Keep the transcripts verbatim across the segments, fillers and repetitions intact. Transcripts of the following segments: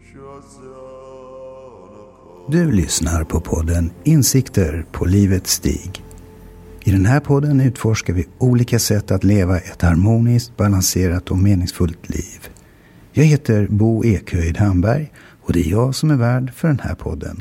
Du lyssnar på podden Insikter på livets stig. I den här podden utforskar vi olika sätt att leva ett harmoniskt, balanserat och meningsfullt liv. Jag heter Bo Ekhöjd Hamberg och det är jag som är värd för den här podden.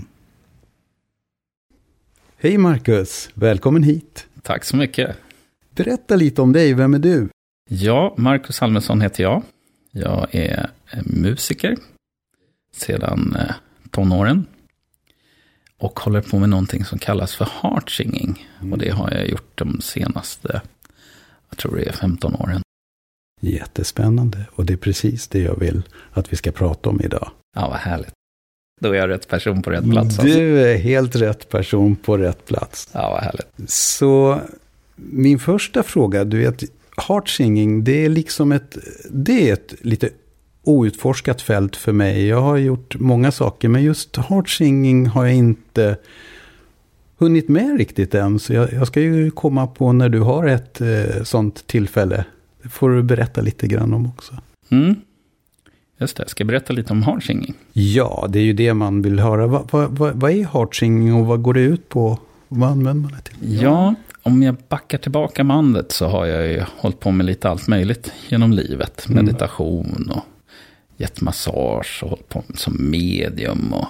Hej Marcus, välkommen hit. Tack så mycket. Berätta lite om dig, vem är du? Ja, Marcus Almesson heter jag. Jag är musiker sedan tonåren. Och håller på med någonting som kallas för heart singing. Mm. Och det har jag gjort de senaste, jag tror det är femton åren. Jättespännande. Och det är precis det jag vill att vi ska prata om idag. Ja, vad härligt. Då är jag rätt person på rätt plats. Du är helt rätt person på rätt plats. Ja, vad härligt. Så min första fråga, du vet, heart singing, det är liksom ett, det är ett lite outforskat fält för mig. Jag har gjort många saker, men just heart singing har jag inte hunnit med riktigt än. Så jag, jag ska ju komma på när du har ett eh, sånt tillfälle. Det får du berätta lite grann om också. Mm. Just det, jag ska berätta lite om heart singing. Ja, det är ju det man vill höra. Vad, vad, vad, vad är heart singing och vad går det ut på? Vad använder man det till? Ja, om jag backar tillbaka bandet så har jag ju hållit på med lite allt möjligt genom livet. Mm. Meditation och gett massage och hållit på som medium och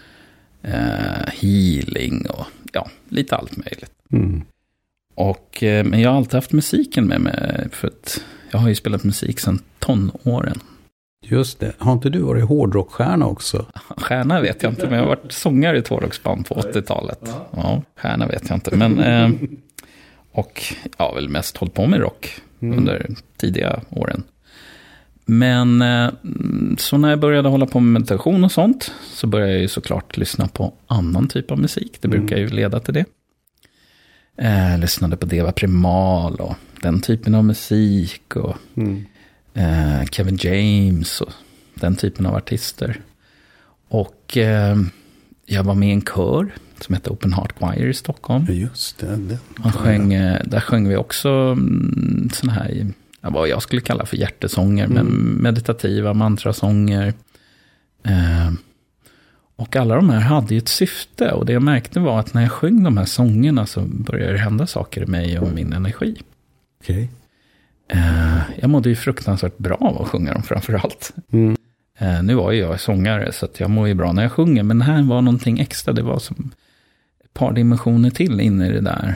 eh, healing och ja, lite allt möjligt. Mm. Och, eh, men jag har alltid haft musiken med mig för att jag har ju spelat musik sedan tonåren. Just det. Har inte du varit hårdrockstjärna också? Stjärna vet jag inte, men jag har varit sångare i ett hårdrocksband på åttiotalet. Ja, stjärna vet jag inte. Men, eh, och jag har väl mest hållit på med rock mm. under tidiga åren. Men eh, så när jag började hålla på med meditation och sånt så började jag ju såklart lyssna på annan typ av musik. Det brukar ju leda till det. Eh, lyssnade på Deva Primal och den typen av musik och mm. eh, Kevin James och den typen av artister. Och eh, jag var med i en kör som heter Open Heart Choir i Stockholm. Just det. det. Man sjöng, där sjöng vi också mm, sån här, ja, vad jag skulle kalla för hjärtesånger, mm. men meditativa mantrasånger. Eh, och alla de här hade ju ett syfte, och det jag märkte var att när jag sjöng de här sångerna så började det hända saker i mig och min energi. Okej. Okay. Eh, jag mådde ju fruktansvärt bra av att sjunga dem framförallt. Mm. Eh, nu var ju jag sångare så att jag mår ju bra när jag sjunger, men här var någonting extra, det var som ett par dimensioner till in i det där.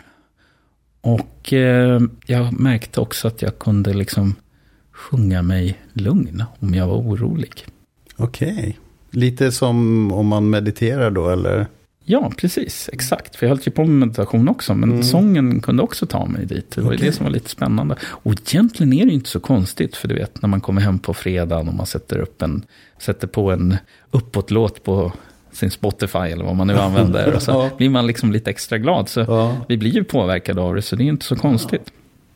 Och eh, jag märkte också att jag kunde liksom sjunga mig lugn om jag var orolig. Okej. Okay. Lite som om man mediterar då, eller? Ja, precis. Exakt. För jag höll ju på med meditation också, men mm. sången kunde också ta mig dit. Det var okay. ju det som var lite spännande. Och egentligen är det ju inte så konstigt, för du vet, när man kommer hem på fredagen och man sätter upp en, sätter på en uppåtlåt på sin Spotify eller vad man nu använder, och så ja. blir man liksom lite extra glad. Så ja. vi blir ju påverkade av det, så det är inte så konstigt.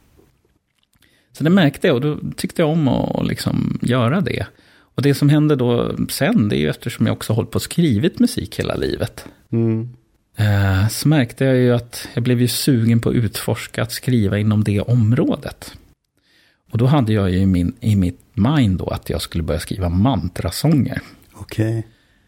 Så det märkte jag, och då tyckte jag om att liksom göra det. Och det som hände då sen, det är ju eftersom jag också hållit på att skrivit musik hela livet. Mm. Eh, så märkte jag ju att jag blev ju sugen på att utforska, att skriva inom det området. Och då hade jag ju i, min, i mitt mind då att jag skulle börja skriva mantrasånger. Okej. Okay.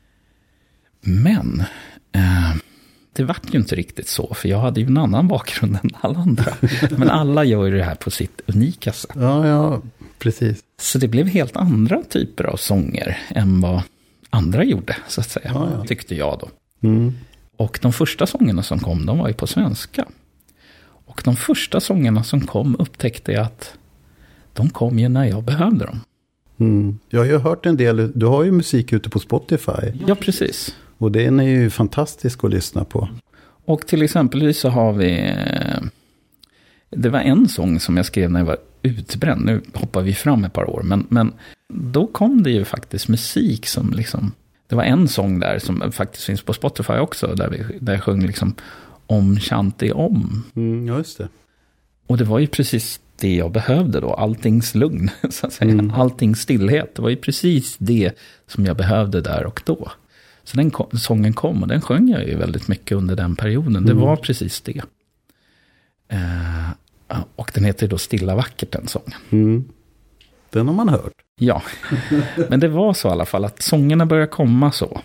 Men eh, det var ju inte riktigt så, för jag hade ju en annan bakgrund än alla andra. Men alla gör ju det här på sitt unika sätt. Ja, ja, precis. Så det blev helt andra typer av sånger än vad andra gjorde, så att säga. Ja, ja. Tyckte jag då. Mm. Och de första sångerna som kom, de var ju på svenska. Och de första sångerna som kom upptäckte jag att de kom ju när jag behövde dem. Mm. Jag har ju hört en del, du har ju musik ute på Spotify. Ja, precis. Och den är ju fantastisk att lyssna på. Och till exempel så har vi, det var en sång som jag skrev när jag var utbränd. Nu hoppar vi fram ett par år, men, men då kom det ju faktiskt musik som liksom, det var en sång där som faktiskt finns på Spotify också, där, vi, där jag sjöng liksom Om Shanti Om. Mm, just det. Och det var ju precis det jag behövde då, alltings lugn, så att säga. Mm. Alltings stillhet, det var ju precis det som jag behövde där och då. Så den kom, sången kom, och den sjöng jag ju väldigt mycket under den perioden. Mm. Det var precis det. Eh, och den heter då Stilla vackert, den sången. Mm. Den har man hört. Ja, men det var så i alla fall att sångerna började komma så.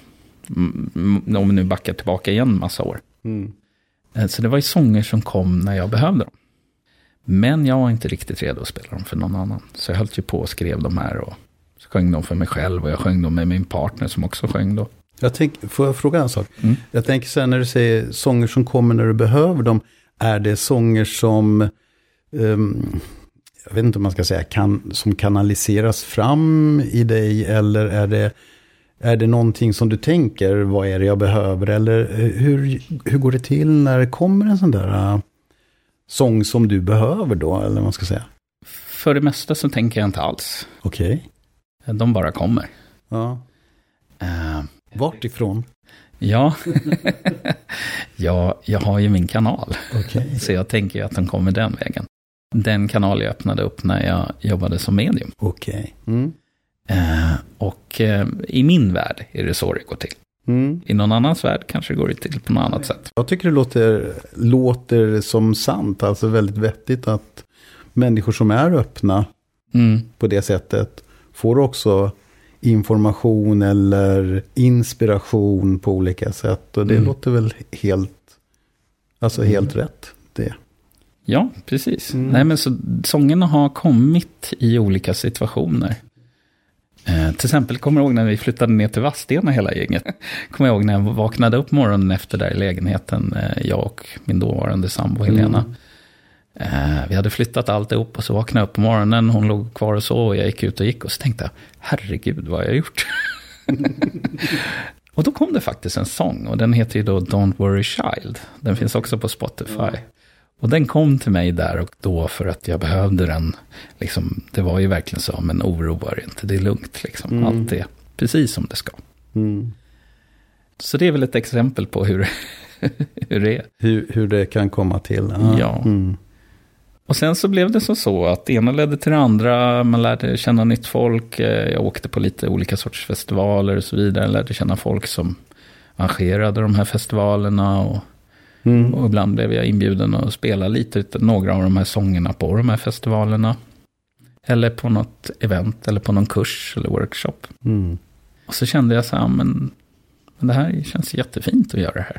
Om vi nu backar tillbaka igen massa år. Mm. Så det var ju sånger som kom när jag behövde dem. Men jag var inte riktigt redo att spela dem för någon annan. Så jag höll ju på och skrev dem här och så sjöng dem för mig själv. Och jag sjöng dem med min partner som också sjöng då. Jag tänk, får jag fråga en sak? Mm. Jag tänker så här, när du säger sånger som kommer när du behöver dem. Är det sånger som, um, jag vet inte om man ska säga, kan, som kanaliseras fram i dig? Eller är det, är det någonting som du tänker, vad är det jag behöver? Eller hur, hur går det till när det kommer en sån där uh, sång som du behöver då? Eller vad man ska säga? För det mesta så tänker jag inte alls. Okej. Okay. De bara kommer. Ja. Uh, Vart ifrån? Ja, ja, jag har ju min kanal. Okay. Så jag tänker ju att den kommer den vägen. Den kanal jag öppnade upp när jag jobbade som medium. Okej. Okay. Mm. Eh, och eh, i min värld är det så det går till. Mm. I någon annans värld kanske det går till på något annat sätt. Jag tycker det låter, låter som sant. Alltså väldigt vettigt att människor som är öppna mm. på det sättet får också information eller inspiration på olika sätt. Och det mm. låter väl helt, alltså mm. helt rätt det. Ja, precis. Mm. Nej, men så sångerna har kommit i olika situationer. Eh, till exempel kommer jag ihåg när vi flyttade ner till Vadstena hela gänget. Kommer jag ihåg när jag vaknade upp morgonen efter där i lägenheten. Eh, jag och min dåvarande sambo Helena. Mm. Eh, vi hade flyttat allt upp och så vaknade jag upp på morgonen. Hon låg kvar och så och jag gick ut och gick och så tänkte jag, herregud vad har jag gjort? Och då kom det faktiskt en sång och den heter ju då Don't Worry Child. Den finns också på Spotify. Mm. Och den kom till mig där och då för att jag behövde den. Liksom, det var ju verkligen så, men oroa inte, det är lugnt. Liksom. Mm. Allt är precis som det ska. Mm. Så det är väl ett exempel på hur, hur det är. Hur, hur det kan komma till. Ah. Ja. Mm. Och sen så blev det så, så att det ena ledde till det andra. Man lärde känna nytt folk. Jag åkte på lite olika sorts festivaler och så vidare. Jag lärde känna folk som arrangerade de här festivalerna och Mm. Och ibland blev jag inbjuden att spela lite ut några av de här sångerna på de här festivalerna. Eller på något event eller på någon kurs eller workshop. Mm. Och så kände jag så här, men, men det här känns jättefint att göra det här.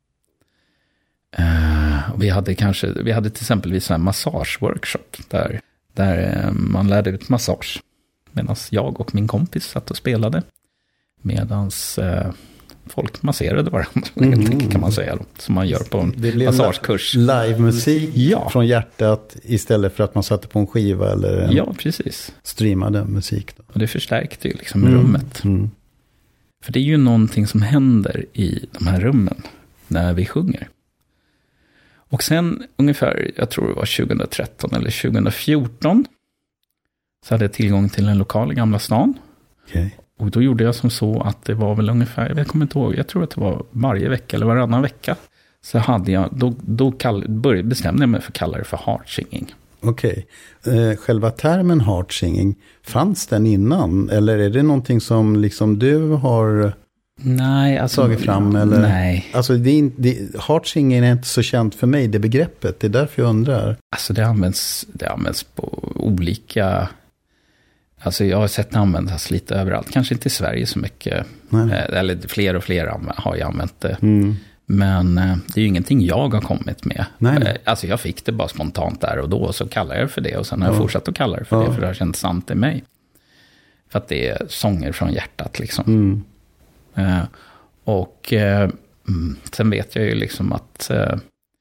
Uh, och vi hade kanske, vi hade till exempel en massageworkshop där, där uh, man lärde ut massage. Medan jag och min kompis satt och spelade. Medans... Uh, folk masserade varandra, mm. kan man säga, som man gör på en massagekurs. Live-musik ja. från hjärtat istället för att man satte på en skiva eller en ja, precis. streamade musik. Då. Och det förstärkte ju liksom mm. rummet. Mm. För det är ju någonting som händer i de här rummen när vi sjunger. Och sen ungefär, jag tror det var tjugohundratretton eller tjugohundrafjorton så hade jag tillgång till en lokal i Gamla stan. Okej. Okay. Och då gjorde jag som så att det var väl ungefär, jag kommer inte ihåg, jag tror att det var varje vecka eller varannan vecka. Så hade jag, då, då kall, började, bestämde jag mig för att kalla det för heart singing. Okej. Okay. Eh, själva termen heart singing, fanns den innan? Eller är det någonting som liksom du har nej, alltså, tagit fram? Eller? Nej. Alltså det är, det, heart singing är inte så känt för mig, det begreppet. Det är därför jag undrar. Alltså det används, det används på olika... Alltså jag har sett det användas lite överallt. Kanske inte i Sverige så mycket. Nej. Eller fler och fler har ju använt det. Mm. Men det är ju ingenting jag har kommit med. Nej. Alltså jag fick det bara spontant där och då. Så kallar jag det för det. Och sen har ja. jag fortsatt att kalla det för ja. det. För det har känts sant i mig. För att det är sånger från hjärtat liksom. Mm. Uh, och uh, sen vet jag ju liksom att... Uh,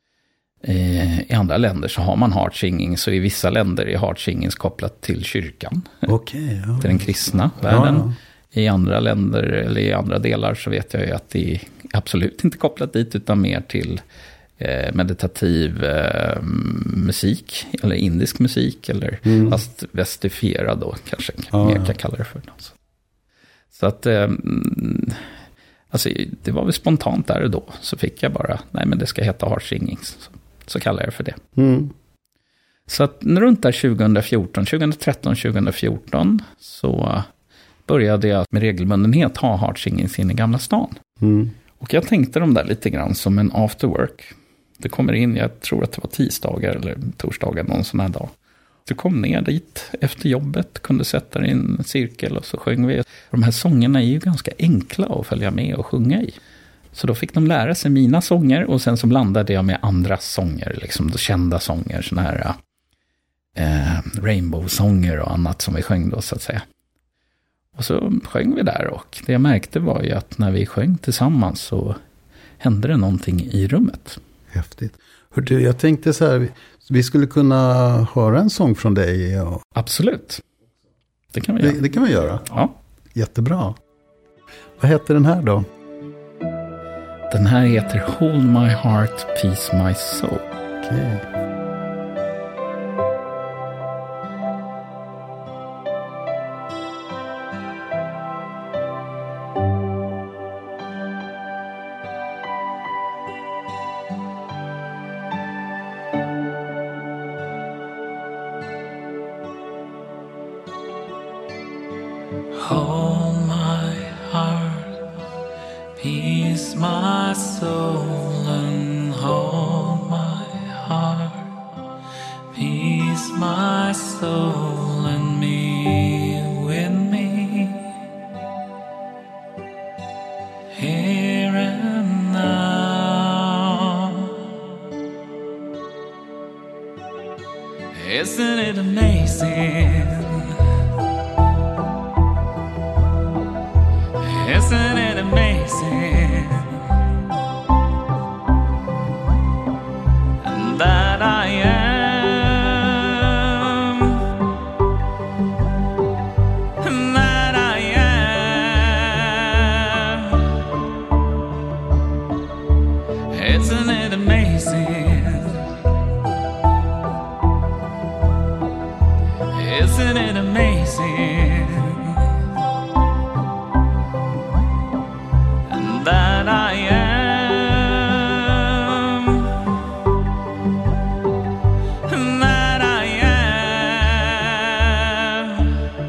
I andra länder så har man heart singing, så i vissa länder är heart singing kopplat till kyrkan. Okay, ja. Till den kristna världen. Ja, ja. I andra länder eller i andra delar så vet jag ju att det är absolut inte kopplat dit utan mer till eh, meditativ eh, musik eller indisk musik eller mm. fast västifierad då kanske ja, mer kan ja. kalla det för. Så att eh, alltså det var väl spontant där och då så fick jag bara, nej men det ska heta heart singing. Så. Så kallar jag det för det. Mm. Så att runt där tjugohundrafjorton, tjugohundratretton tjugohundrafjorton så började jag med regelbundenhet ha heart singing in i Gamla stan. Mm. Och jag tänkte de där lite grann som en after work. Det kommer in, jag tror att det var tisdagar eller torsdagar någon sån här dag. Du kom ner dit efter jobbet, kunde sätta dig i en cirkel och så sjöng vi. De här sångerna är ju ganska enkla att följa med och sjunga i. Så då fick de lära sig mina sånger och sen så blandade jag med andra sånger, liksom kända sånger, såna här eh, Rainbow-sånger och annat som vi sjöng då så att säga. Och så sjöng vi där och det jag märkte var ju att när vi sjöng tillsammans så hände det någonting i rummet. Häftigt. Hör du, jag tänkte så här, vi skulle kunna höra en sång från dig. Ja. Absolut. Det kan vi göra. Det, det kan vi göra? Ja. Jättebra. Vad heter den här då? Den här heter Hold My Heart, Peace My Soul. Okej. Okay. Hold my heart, peace my soul, and hold my heart, peace my soul, and me with me, here and now. Isn't it amazing? Isn't it amazing that I am, that I am? Isn't it amazing? Isn't it amazing that I am, that I am?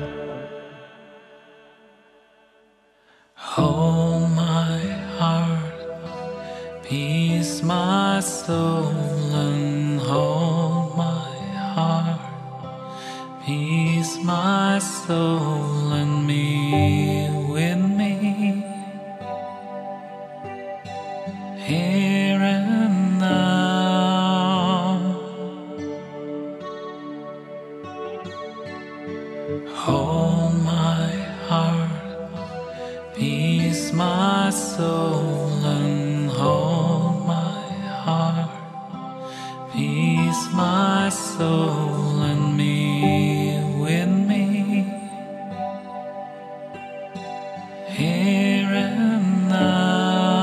Hold my heart, peace my soul, and hold my heart, peace my soul, and me with me, here and now. Hold my heart, peace my soul, and hold my heart, peace my soul, and me with me, here and now.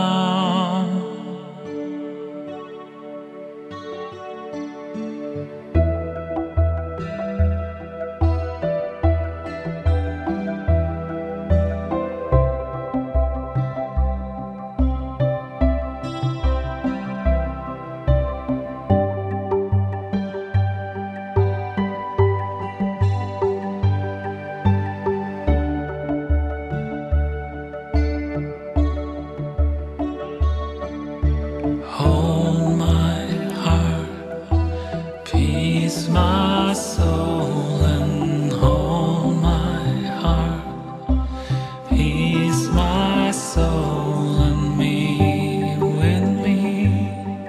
Hold my heart, peace my soul, and hold my heart, peace my soul, and me with me,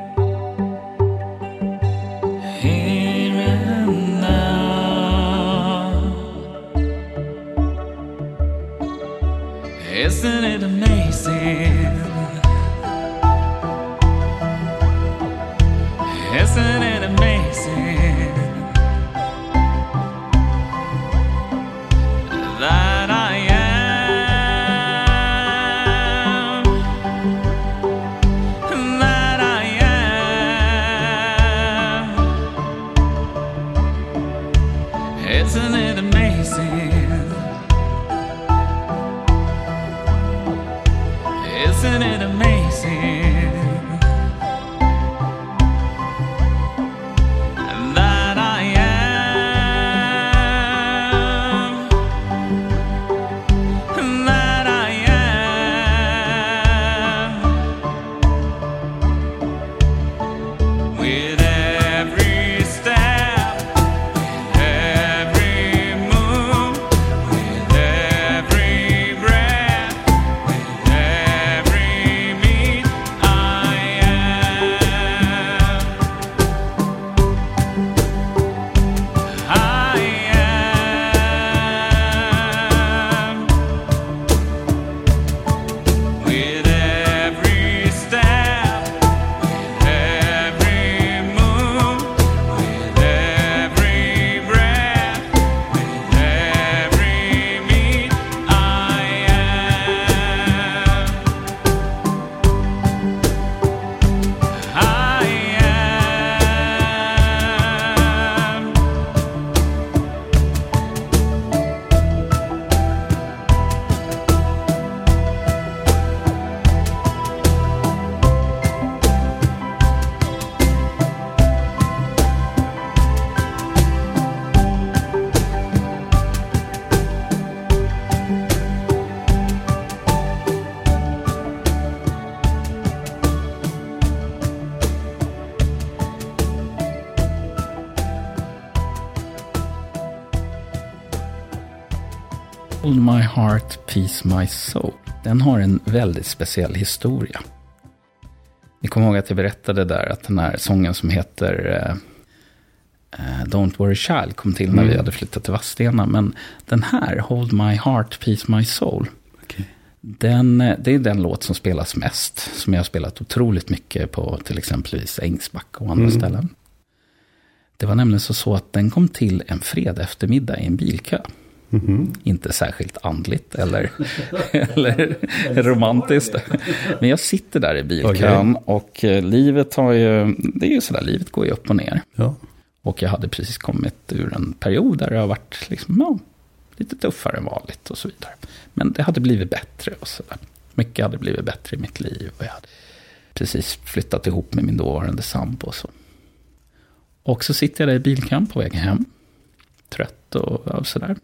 here and now. Isn't it amazing? Isn't it amazing that I am, that I am? Isn't it amazing? Isn't it amazing? With every step, with Hold My Heart, Peace My Soul. Den har en väldigt speciell historia. Ni kommer ihåg att jag berättade där att den här sången som heter uh, Don't Worry Child kom till när mm. vi hade flyttat till Vadstena. Men den här, Hold My Heart, Peace My Soul, okay. den, det är den låt som spelas mest. Som jag har spelat otroligt mycket på till exempelvis Ängsbacka och andra mm. ställen. Det var nämligen så, så att den kom till en fredag eftermiddag i en bilkö. Mm-hmm. Inte särskilt andligt eller, eller romantiskt. Men jag sitter där i bilkön okay. och eh, livet har ju, det är ju sådär, livet går ju upp och ner. Ja. Och jag hade precis kommit ur en period där det har varit liksom, ja, lite tuffare än vanligt och så vidare. Men det hade blivit bättre och sådär. Mycket hade blivit bättre i mitt liv och jag hade precis flyttat ihop med min dåvarande sambo och så. Och så sitter jag där i bilkön på vägen hem. Trött och, och sådär.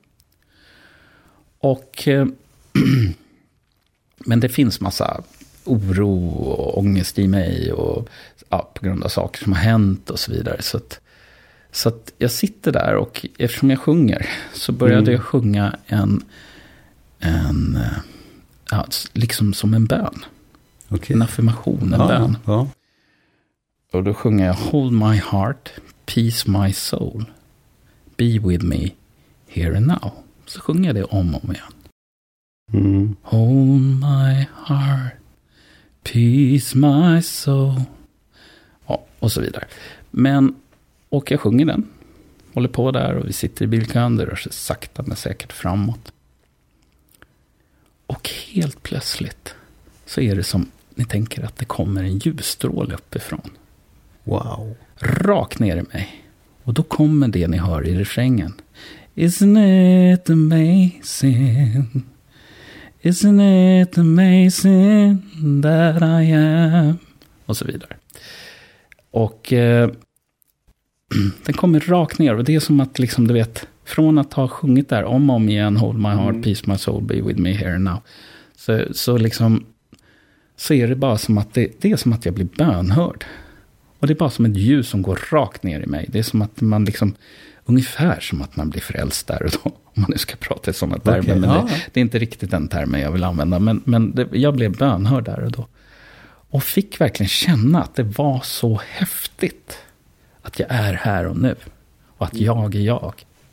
Och eh, men det finns massa oro och ångest i mig och ja, på grund av saker som har hänt och så vidare. Så att, så att jag sitter där och eftersom jag sjunger så började mm. jag sjunga en, en ja, liksom som en bön. Okay. En affirmation, en ja, bön. Ja. Och då sjunger jag Hold my heart, peace my soul, be with me here and now. Så sjunger jag det om och om igen. Mm. Hold my heart, peace my soul. Ja, och så vidare. Men, och jag sjunger den. Håller på där och vi sitter i bilkön. Det rör sig sakta men säkert framåt. Och helt plötsligt så är det som ni tänker att det kommer en ljusstråle uppifrån. Wow. Rakt ner i mig. Och då kommer det ni hör i refrängen. Isn't it amazing? Isn't it amazing that I am? Och så vidare. Och eh, den kommer rakt ner. Och det är som att liksom, du vet, från att ha sjungit där om och om igen, Hold my heart, mm. peace my soul, be with me here and now. Så, så liksom, så är det bara som att det, det är som att jag blir bönhörd. Och det är bara som ett ljus som går rakt ner i mig. Det är som att man liksom, ungefär som att man blir frälst där och då. Om man nu ska prata i sådana termer. Okay, men ja. det, det är inte riktigt den termen jag vill använda. Men, men det, jag blev bönhörd där och då. Och fick verkligen känna att det var så häftigt. Att jag är här och nu. Och att jag är jag.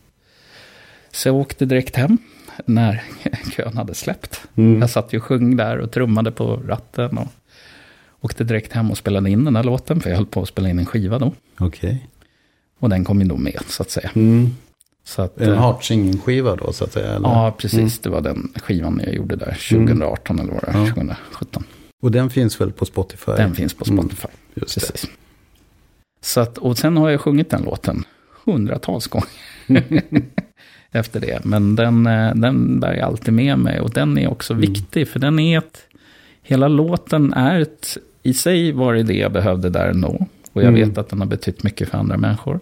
Så jag åkte direkt hem. När kön hade släppt. Mm. Jag satt ju och sjöng där och trummade på ratten. Och åkte direkt hem och spelade in den här låten. För jag höll på att spela in en skiva då. Okej. Okay. Och den kom ju då med, så att säga. Mm. Så att, en Heart Singing-skiva då, så att säga? Eller? Ja, precis. Mm. Det var den skivan jag gjorde där. tjugo arton mm. eller var det? Ja. tjugo sjutton. Och den finns väl på Spotify? Den finns på Spotify. Mm. Just precis. Det. Så att, och sen har jag sjungit den låten hundratals gånger. Efter det. Men den, den bär jag alltid med mig. Och den är också mm. viktig. För den är ett... Hela låten är ett... I sig var det det jag behövde där ändå. Och jag mm. vet att den har betytt mycket för andra människor.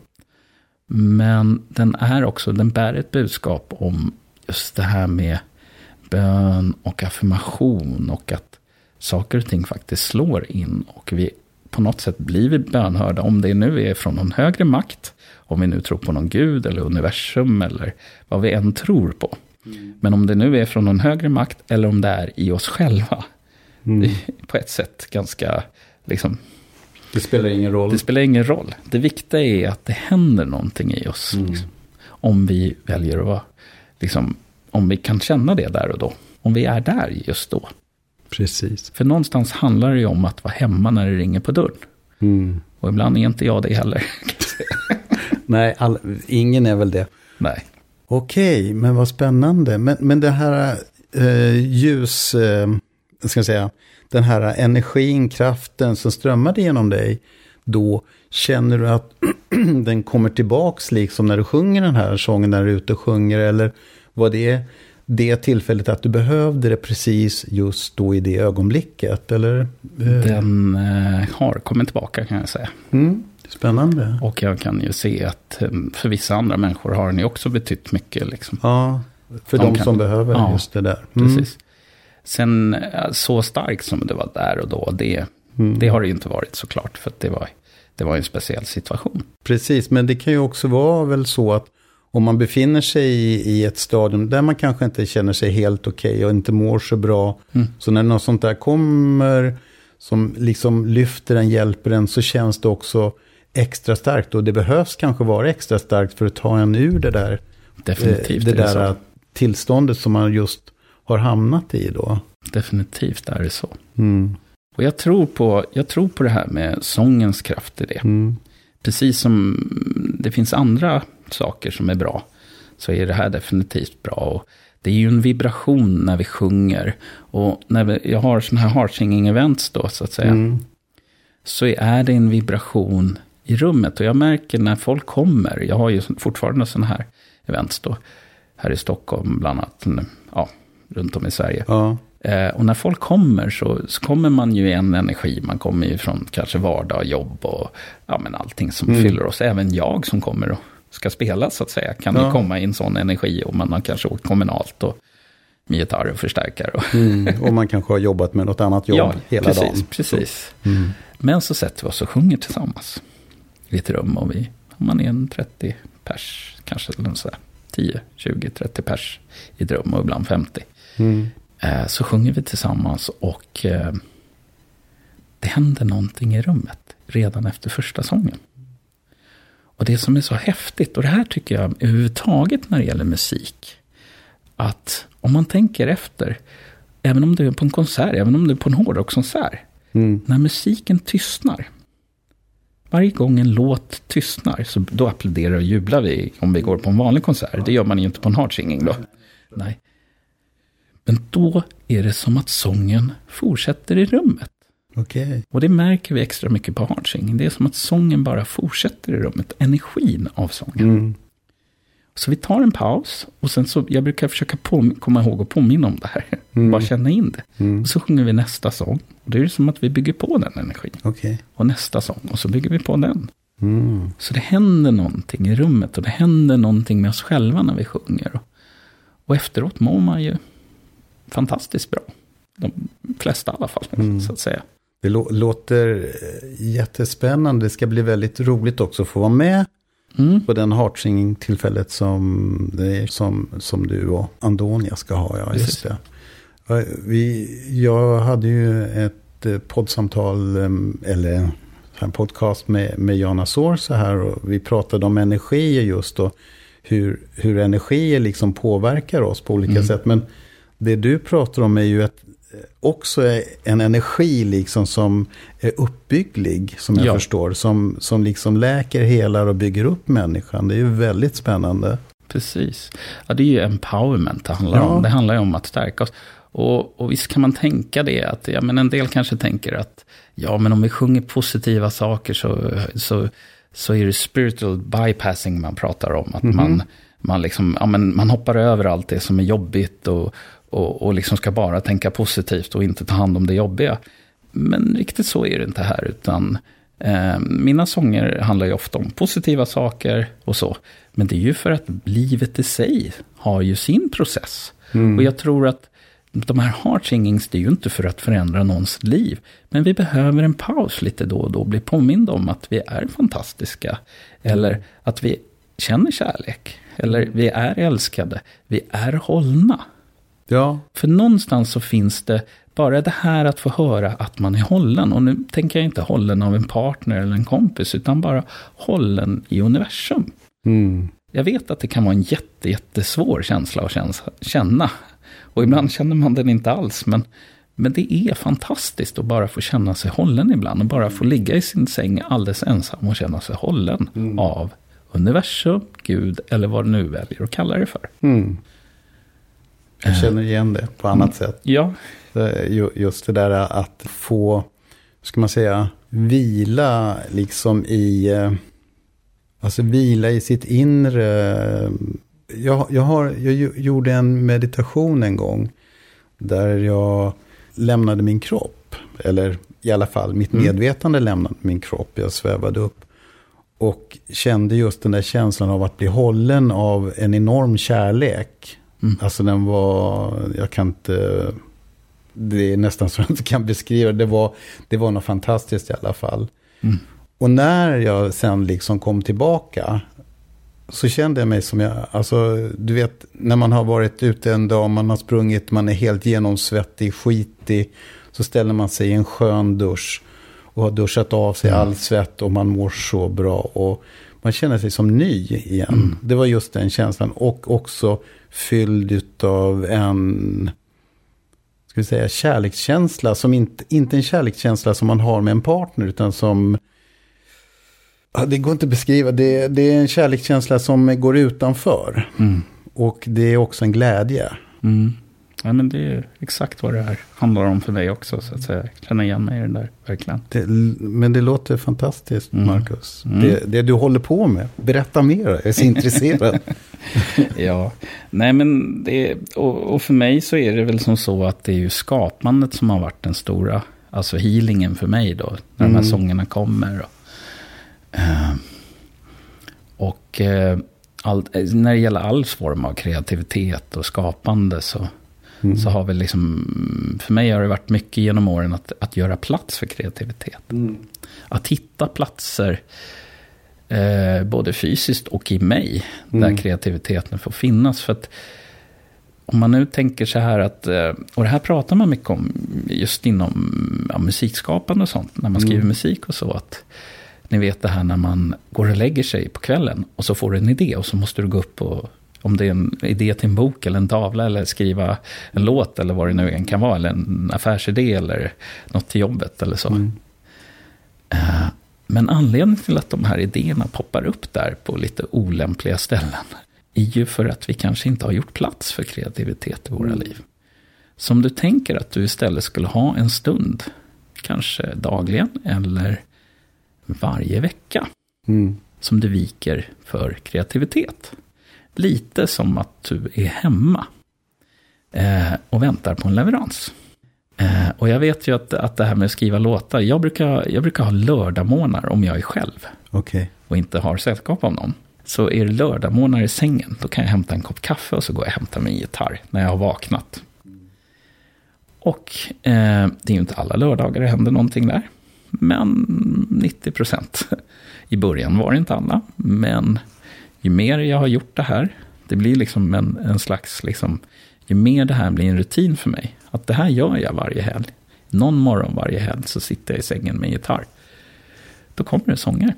Men den är också... Den bär ett budskap om just det här med bön och affirmation. Och att saker och ting faktiskt slår in. Och vi på något sätt blir vi bönhörda. Om det nu är från någon högre makt. Om vi nu tror på någon gud eller universum eller vad vi än tror på. Mm. Men om det nu är från någon högre makt eller om det är i oss själva. Mm. Det är på ett sätt ganska liksom... Det spelar ingen roll. Det spelar ingen roll. Det viktiga är att det händer någonting i oss. Mm. Liksom. Om vi väljer att vara... Liksom, om vi kan känna det där och då. Om vi är där just då. Precis. För någonstans handlar det ju om att vara hemma när det ringer på dörren. Mm. Och ibland är inte jag det heller. Nej, all, ingen är väl det. Nej. Okej, men vad spännande. Men, men det här eh, ljus, eh, ska jag säga, den här energin, kraften som strömmade genom dig, då känner du att den kommer tillbaks liksom när du sjunger den här sången, när du är ute och sjunger, eller var det det tillfället att du behövde det precis just då i det ögonblicket, eller? Den eh, har kommit tillbaka, kan jag säga. Mm. Spännande. Och jag kan ju se att för vissa andra människor har den ju också betytt mycket. Liksom. Ja, för de, de kan, som behöver ja, just det där. Mm. Precis. Sen så starkt som det var där och då, det, mm. det har det ju inte varit såklart. För att det var, det var en speciell situation. Precis, men det kan ju också vara väl så att om man befinner sig i, i ett stadium där man kanske inte känner sig helt okej okay och inte mår så bra. Mm. Så när något sånt där kommer som liksom lyfter en, hjälper en, så känns det också extra starkt. Och det behövs kanske vara extra starkt för att ta en ur det där, Definitivt det, det är det där så. Tillståndet som man just har hamnat i då. Definitivt är det så. Mm. Och jag tror, på, jag tror på det här med sångens kraft i det. Mm. Precis som det finns andra saker som är bra, så är det här definitivt bra. Och det är ju en vibration när vi sjunger. Och när vi, jag har sådana här heart singing events då, så att säga. Mm. Så är det en vibration i rummet. Och jag märker när folk kommer, jag har ju fortfarande sådana här events då, här i Stockholm bland annat, ja, runt om i Sverige. Ja. Eh, och när folk kommer så, så kommer man ju i en energi. Man kommer ju från kanske vardag, jobb och ja, men allting som mm. fyller oss. Även jag som kommer och ska spela så att säga kan ja. ju komma i en sån energi. Och man har kanske åkt kommunalt och med gitarr och förstärkare. Och, mm. och man kanske har jobbat med något annat jobb ja, hela precis, dagen. Precis. Mm. Men så sätter vi oss och sjunger tillsammans i ett rum. Och vi, man är en trettio pers, kanske så här, tio, tjugo, trettio pers i ett rum och ibland femtio. Mm. Så sjunger vi tillsammans och eh, det händer någonting i rummet redan efter första sången. Och det som är så häftigt, och det här tycker jag överhuvudtaget när det gäller musik, att om man tänker efter, även om du är på en konsert, även om du är på en hårdrockskonsert, mm. när musiken tystnar, varje gång en låt tystnar, så då applåderar och jublar vi om vi går på en vanlig konsert. Det gör man ju inte på en heart singing då. Nej. Men då är det som att sången fortsätter i rummet. Okay. Och det märker vi extra mycket på heart singing. Det är som att sången bara fortsätter i rummet. Energin av sången. Mm. Så vi tar en paus. Och sen så, jag brukar försöka på, komma ihåg och påminna om det här. Mm. Bara känna in det. Mm. Och så sjunger vi nästa sång. Och det är som att vi bygger på den energin. Okay. Och nästa sång. Och så bygger vi på den. Mm. Så det händer någonting i rummet. Och det händer någonting med oss själva när vi sjunger. Och, och efteråt mår man ju fantastiskt bra. De flesta i alla fall, mm. så att säga. Det lå- låter jättespännande. Det ska bli väldigt roligt också att få vara med mm. på den heart singing tillfället som, det är, som, som du och Andonia ska ha. Ja, just det. Vi, jag hade ju ett poddsamtal eller en podcast med, med Jana Sår så här, och vi pratade om energier just och hur, hur energier liksom påverkar oss på olika mm. sätt. Men det du pratar om är ju ett, också en energi liksom som är uppbygglig, som jag ja. förstår. Som, som liksom läker, helar och bygger upp människan. Det är ju väldigt spännande. Precis. Ja, det är ju empowerment det handlar ja. om. Det handlar ju om att stärka oss. Och, och visst kan man tänka det. Att, ja, men en del kanske tänker att ja, men om vi sjunger positiva saker så, så, så är det spiritual bypassing man pratar om. Att mm-hmm. man, man, liksom, ja, men man hoppar över allt det som är jobbigt och Och, och liksom ska bara tänka positivt och inte ta hand om det jobbiga. Men riktigt så är det inte här. Utan eh, mina sånger handlar ju ofta om positiva saker och så. Men det är ju för att livet i sig har ju sin process. Mm. Och jag tror att de här heart singings, det är ju inte för att förändra någons liv. Men vi behöver en paus lite då och då. Bli påminda om att vi är fantastiska. Eller att vi känner kärlek. Eller vi är älskade. Vi är hållna. Ja. För någonstans så finns det bara det här att få höra att man är hållen. Och nu tänker jag inte hållen av en partner eller en kompis, utan bara hållen i universum. Mm. Jag vet att det kan vara en jätte, jättesvår känsla att känna. Och ibland känner man den inte alls. Men, men det är fantastiskt att bara få känna sig hållen ibland. Och bara få ligga i sin säng alldeles ensam och känna sig hållen mm. av universum, Gud eller vad du nu väljer att kalla det för. Mm. Jag känner igen det på annat sätt. Ja. Just det där att få, ska man säga, vila liksom i, alltså vila i sitt inre. Jag, jag, har, jag gjorde en meditation en gång där jag lämnade min kropp. Eller i alla fall mitt medvetande mm. lämnade min kropp. Jag svävade upp. Och kände just den där känslan av att bli hållen av en enorm kärlek. Mm. Alltså den var, jag kan inte, det är nästan så jag inte kan beskriva det. Var, det var något fantastiskt i alla fall. Mm. Och när jag sen liksom kom tillbaka så kände jag mig som jag, alltså du vet, när man har varit ute en dag, man har sprungit, man är helt genomsvettig, skitig, så ställer man sig i en skön dusch och har duschat av sig mm. all svett och man mår så bra och man känner sig som ny igen. Mm. Det var just den känslan, och också fylld av en, ska vi säga, kärlekskänsla, som inte, inte en kärlekskänsla som man har med en partner, utan som, ja, det går inte att beskriva, det, det är en kärlekskänsla som går utanför. Mm. Och det är också en glädje. Mm. Ja, men det är exakt vad det här handlar om för mig också, så att säga. Jag känner igen mig i den där, verkligen. Det, men det låter fantastiskt, Marcus. Mm. Det, det du håller på med, berätta mer, jag är så intresserad. Ja, nej men det, och, och för mig så är det väl som så att det är ju skapandet som har varit den stora, alltså healingen för mig då, när mm. de här sångerna kommer. Och, uh, och uh, all, när det gäller all form av kreativitet och skapande så Mm. så har vi liksom, för mig har det varit mycket genom åren att, att göra plats för kreativitet. Mm. Att hitta platser eh, både fysiskt och i mig mm. där kreativiteten får finnas. För att om man nu tänker så här att, och det här pratar man mycket om just inom ja, musikskapande och sånt, när man skriver mm. musik och så, att ni vet det här när man går och lägger sig på kvällen och så får du en idé och så måste du gå upp och, om det är en idé till en bok eller en tavla eller skriva en låt eller vad det nu än kan vara, eller en affärsidé eller något till jobbet eller så. Mm. Uh, men anledningen till att de här idéerna poppar upp där på lite olämpliga ställen är ju för att vi kanske inte har gjort plats för kreativitet i våra mm. liv. Så om du tänker att du istället skulle ha en stund, kanske dagligen eller varje vecka, mm. som du viker för kreativitet. Lite som att du är hemma eh, och väntar på en leverans. Eh, och jag vet ju att, att det här med att skriva låtar, jag brukar, jag brukar ha lördagmorgnar om jag är själv. Okay. Och inte har sällskap av någon. Så är det lördagmorgnar i sängen, då kan jag hämta en kopp kaffe och så går jag och hämtar min gitarr när jag har vaknat. Och eh, det är ju inte alla lördagar det händer någonting där. Men nittio procent. I början var det inte alla, men ju mer jag har gjort det här, det blir liksom en, en slags, liksom, ju mer det här blir en rutin för mig. Att det här gör jag varje helg. Någon morgon varje helg så sitter jag i sängen med gitarr. Då kommer det sånger.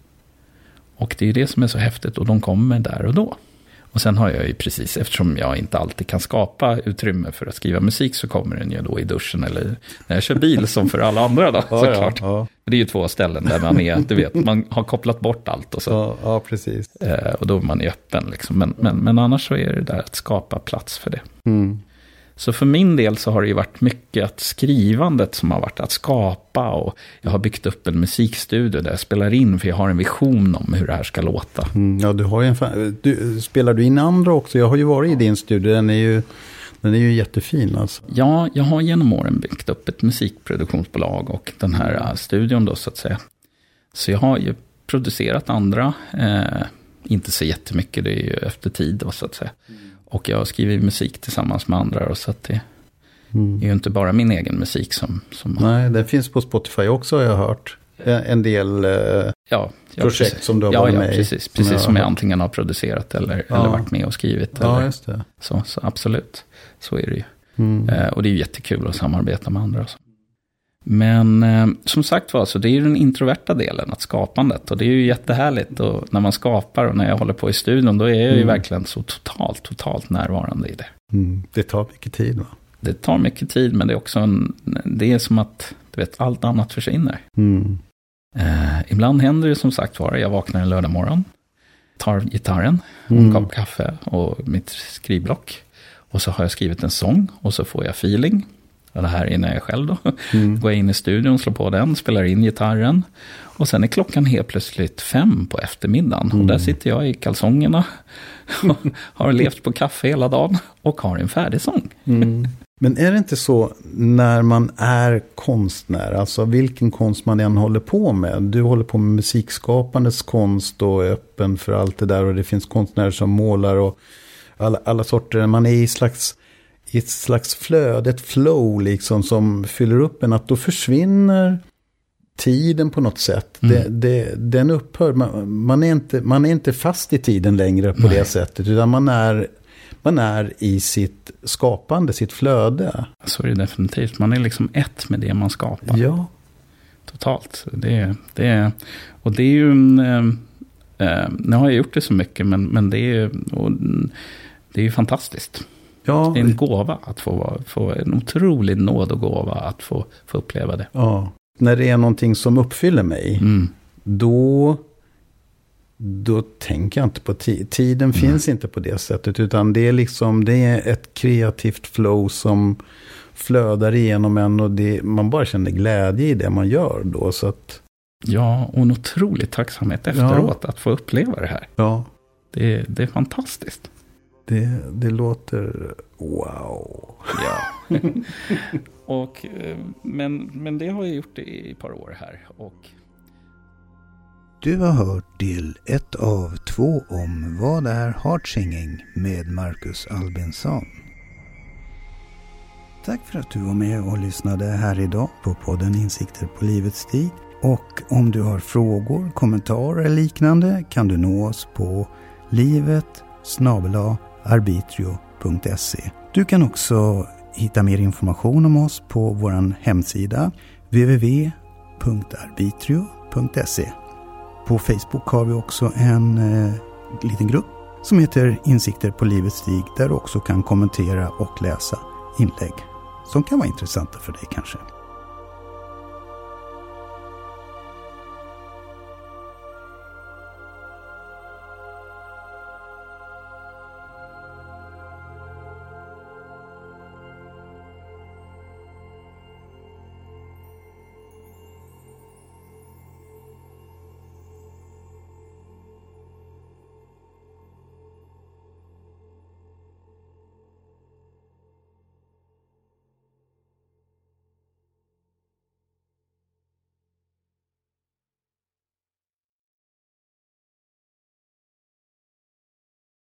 Och det är det som är så häftigt, och de kommer där och då. Och sen har jag ju precis, eftersom jag inte alltid kan skapa utrymme för att skriva musik, så kommer den ju då i duschen eller när jag kör bil som för alla andra då, ja, såklart. Ja, ja. Det är ju två ställen där man är, du vet, man har kopplat bort allt och så. Ja, ja precis. Eh, och då är man ju öppen liksom. Men, men, men annars så är det där att skapa plats för det. Mm. Så för min del så har det ju varit mycket att skrivandet som har varit att skapa, och jag har byggt upp en musikstudio där jag spelar in, för jag har en vision om hur det här ska låta. Mm, ja, du har ju en fan, du, spelar du in andra också? Jag har ju varit i din studio, den är ju, den är ju jättefin alltså. Ja, jag har genom åren byggt upp ett musikproduktionsbolag och den här studion då så att säga. Så jag har ju producerat andra, eh, inte så jättemycket, det är ju efter tid då så att säga. Och jag skriver musik tillsammans med andra. Och så att det mm. är ju inte bara min egen musik som... som Nej, det finns på Spotify också, har jag hört. En del eh, ja, ja, projekt precis. som du har ja, varit ja, med i. Precis, precis som, som jag antingen har producerat eller, ja. eller varit med och skrivit. Ja, eller, just det. Så, så absolut, så är det ju. Mm. Eh, och det är ju jättekul att samarbeta med andra. Så. Men eh, som sagt var, så det är ju den introverta delen, att skapandet. Och det är ju jättehärligt. Och när man skapar och när jag håller på i studion, då är jag ju mm. verkligen så totalt, totalt närvarande i det. Mm. Det tar mycket tid, va? Det tar mycket tid, men det är också en, det är som att, du vet, allt annat försvinner. Mm. Eh, ibland händer det som sagt var, jag vaknar en lördag morgon, tar gitarren, mm. en kopp kaffe och mitt skrivblock. Och så har jag skrivit en sång och så får jag feeling. Och det här är när jag själv då. Mm. Går jag in i studion, slår på den, spelar in gitarren. Och sen är klockan helt plötsligt fem på eftermiddagen. Mm. Och där sitter jag i kalsongerna. Och har levt på kaffe hela dagen. Och har en färdig sång. Mm. Men är det inte så när man är konstnär, alltså vilken konst man än håller på med. Du håller på med musikskapandets konst och är öppen för allt det där. Och det finns konstnärer som målar och alla, alla sorter. Man är i slags... i ett slags flöde, ett flow liksom som fyller upp en, att då försvinner tiden på något sätt. Mm. Det, det, den upphör. Man, man, är inte, man är inte fast i tiden längre på Nej. det sättet. Utan man är, man är i sitt skapande, sitt flöde. Så är det definitivt. Man är liksom ett med det man skapar. Ja. Totalt. Det, det, och det är ju en... Eh, nu har jag gjort det så mycket, men, men det är, och, det är ju fantastiskt. Ja. Det är en gåva att få, få en otrolig nåd och gåva att få, få uppleva det. Ja. När det är någonting som uppfyller mig, Mm. då, då tänker jag inte på tid. Tiden Mm. finns inte på det sättet, utan det är liksom, det är ett kreativt flow som flödar igenom en, och det, man bara känner glädje i det man gör då. Så att, Ja, och en otrolig tacksamhet efteråt att få uppleva det här. ja, Det, det är fantastiskt. det, det låter wow. Ja. och, eh, men, men det har jag gjort i ett par år här. Och Du har hört del ett av två om vad är heartsinging med Marcus Albinsson. Tack för att du var med och lyssnade här idag på podden Insikter på livets stig. Och om du har frågor, kommentarer eller liknande kan du nå oss på livet snabel-a arbitrio punkt se. Du kan också hitta mer information om oss på vår hemsida w w w punkt arbitrio punkt se. På Facebook har vi också en eh, liten grupp som heter Insikter på livets stig, där du också kan kommentera och läsa inlägg som kan vara intressanta för dig kanske.